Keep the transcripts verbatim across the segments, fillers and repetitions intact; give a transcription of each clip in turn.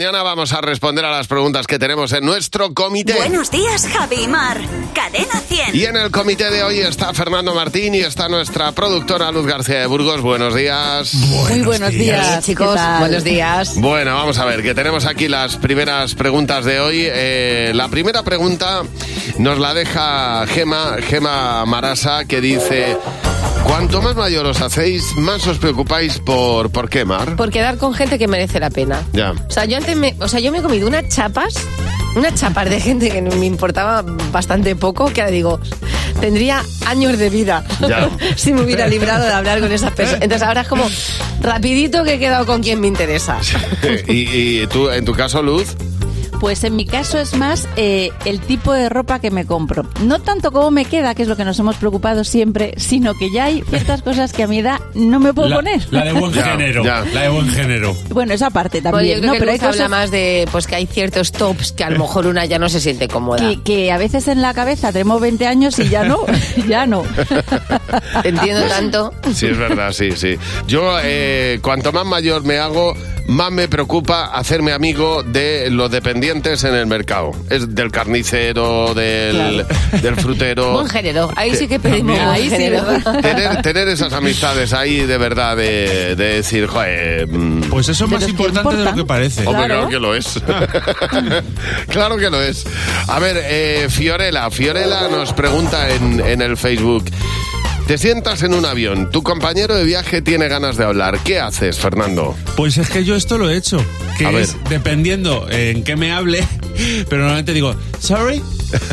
Mañana vamos a responder a las preguntas que tenemos en nuestro comité. Buenos días, Javi y Mar. Cadena cien. Y en el comité de hoy está Fernando Martín y está nuestra productora Luz García de Burgos. Buenos días. Buenos Muy buenos días, días chicos. Buenos días. Bueno, vamos a ver, que tenemos aquí las primeras preguntas de hoy. Eh, la primera pregunta nos la deja Gema, Gema Marasa, que dice... Cuanto más mayor os hacéis, más os preocupáis por... ¿Por qué, Mar? Por quedar con gente que merece la pena. Ya. O sea, yo antes me... O sea, yo me he comido unas chapas... Unas chapas de gente que me importaba bastante poco, que ahora digo... Tendría años de vida ya. si me hubiera librado de hablar con esas personas. Entonces ahora es como... Rapidito que he quedado con quien me interesa. ¿Y, y tú, en tu caso, Luz? Pues en mi caso es más eh, el tipo de ropa que me compro. No tanto cómo me queda, que es lo que nos hemos preocupado siempre, sino que ya hay ciertas cosas que a mi edad no me puedo la, poner. La de buen género, ya. la de buen género. Bueno, esa parte también. Bueno, yo creo no, que pero hay habla cosas... más de pues que hay ciertos tops que a lo mejor una ya no se siente cómoda. Que, que a veces en la cabeza tenemos veinte años y ya no, ya no. Te entiendo tanto. Sí, es verdad, sí, sí. Yo, eh, cuanto más mayor me hago, más me preocupa hacerme amigo de los dependientes en el mercado. Es del carnicero, del, claro. del frutero. Buen género, ahí sí que pedimos buen ahí género. Sí, tener, tener esas amistades ahí de verdad, de, de decir, joder... Pues eso es más importante de lo que parece. Hombre, claro, claro que lo es. Claro que lo es. A ver, eh, Fiorella, Fiorella nos pregunta en, en el Facebook... Te sientas en un avión, tu compañero de viaje tiene ganas de hablar. ¿Qué haces, Fernando? Pues es que yo esto lo he hecho, que A es ver. dependiendo en qué me hable, pero normalmente digo, sorry,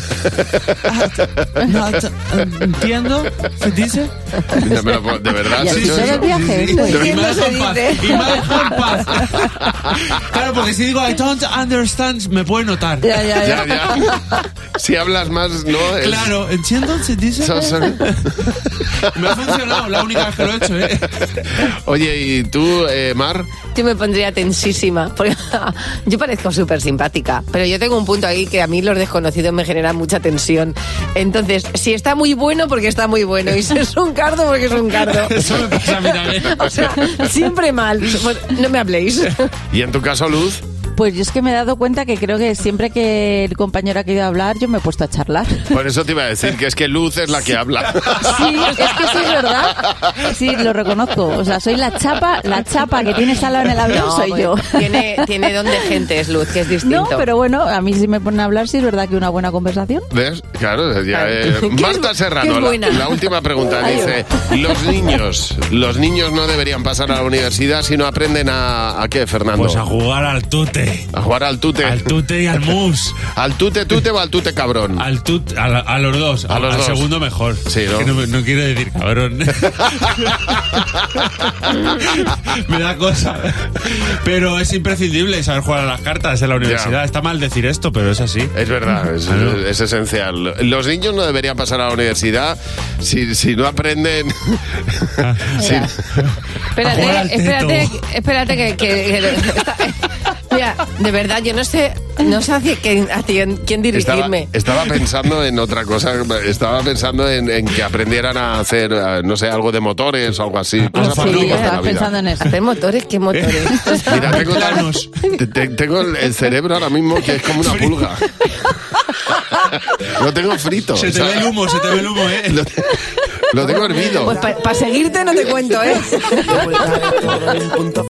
no, entiendo, ¿qué dice? No, pero, ¿de verdad? ¿Y sí, el viaje? Sí, sí. Y me deja en paz, y me deja en paz. Claro, porque si digo I don't understand, me puede notar. Ya, ya, ya. ya, ya. Si hablas más, ¿no? Es... Claro, ¿entiendo? ¿Se dice? So, sorry. Me ha funcionado, la única vez que lo he hecho, ¿eh? Oye, ¿y tú, eh, Mar? Yo me pondría tensísima, porque yo parezco súper simpática, pero yo tengo un punto ahí que a mí los desconocidos me generan mucha tensión. Entonces, si está muy bueno, porque está muy bueno, y si es un cardo, porque es un cardo. Eso me pasa a mí también. O sea, siempre mal. Pues no me habléis. ¿Y en tu caso, Luz? Pues yo es que me he dado cuenta que creo que siempre que el compañero ha querido hablar, yo me he puesto a charlar. Por eso te iba a decir que es que Luz es la que habla. Sí, es que sí es verdad. Sí, lo reconozco. O sea, soy la chapa, la chapa que tienes al lado en el avión, no, soy yo. Tiene, tiene don de gente, es Luz, que es distinto. No, pero bueno, a mí si me ponen a hablar, sí es verdad que una buena conversación. ¿Ves? Claro, ya, eh, Marta Serrano, la, la última pregunta, dice, los niños, los niños no deberían pasar a la universidad si no aprenden a, ¿a qué, Fernando? Pues a jugar al tute. A jugar al tute. Al tute y al mus. ¿Al tute tute o al tute cabrón? Al tute, a, a los dos. A los al dos. segundo mejor. Sí, ¿no? Que no, no quiero decir cabrón. Me da cosa. Pero es imprescindible saber jugar a las cartas en la universidad. Ya. Está mal decir esto, pero es así. Es verdad, es, claro. es, es esencial. Los niños no deberían pasar a la universidad si, si no aprenden... Ah. Sí. Espérate, espérate, espérate que... que, que está, mira, de verdad, yo no sé, no sé hacia quién, hacia quién dirigirme. Estaba, estaba pensando en otra cosa, estaba pensando en, en que aprendieran a hacer, no sé, algo de motores o algo así. Ah, sí, yo estaba pensando en eso. ¿Hacer motores? ¿Qué motores? Mira, tengo, te, tengo el cerebro ahora mismo que es como una pulga. Lo tengo frito. Se te ve el humo, se te ve el humo, ¿eh? Lo, lo tengo hervido. Pues para pa seguirte no te cuento, ¿eh?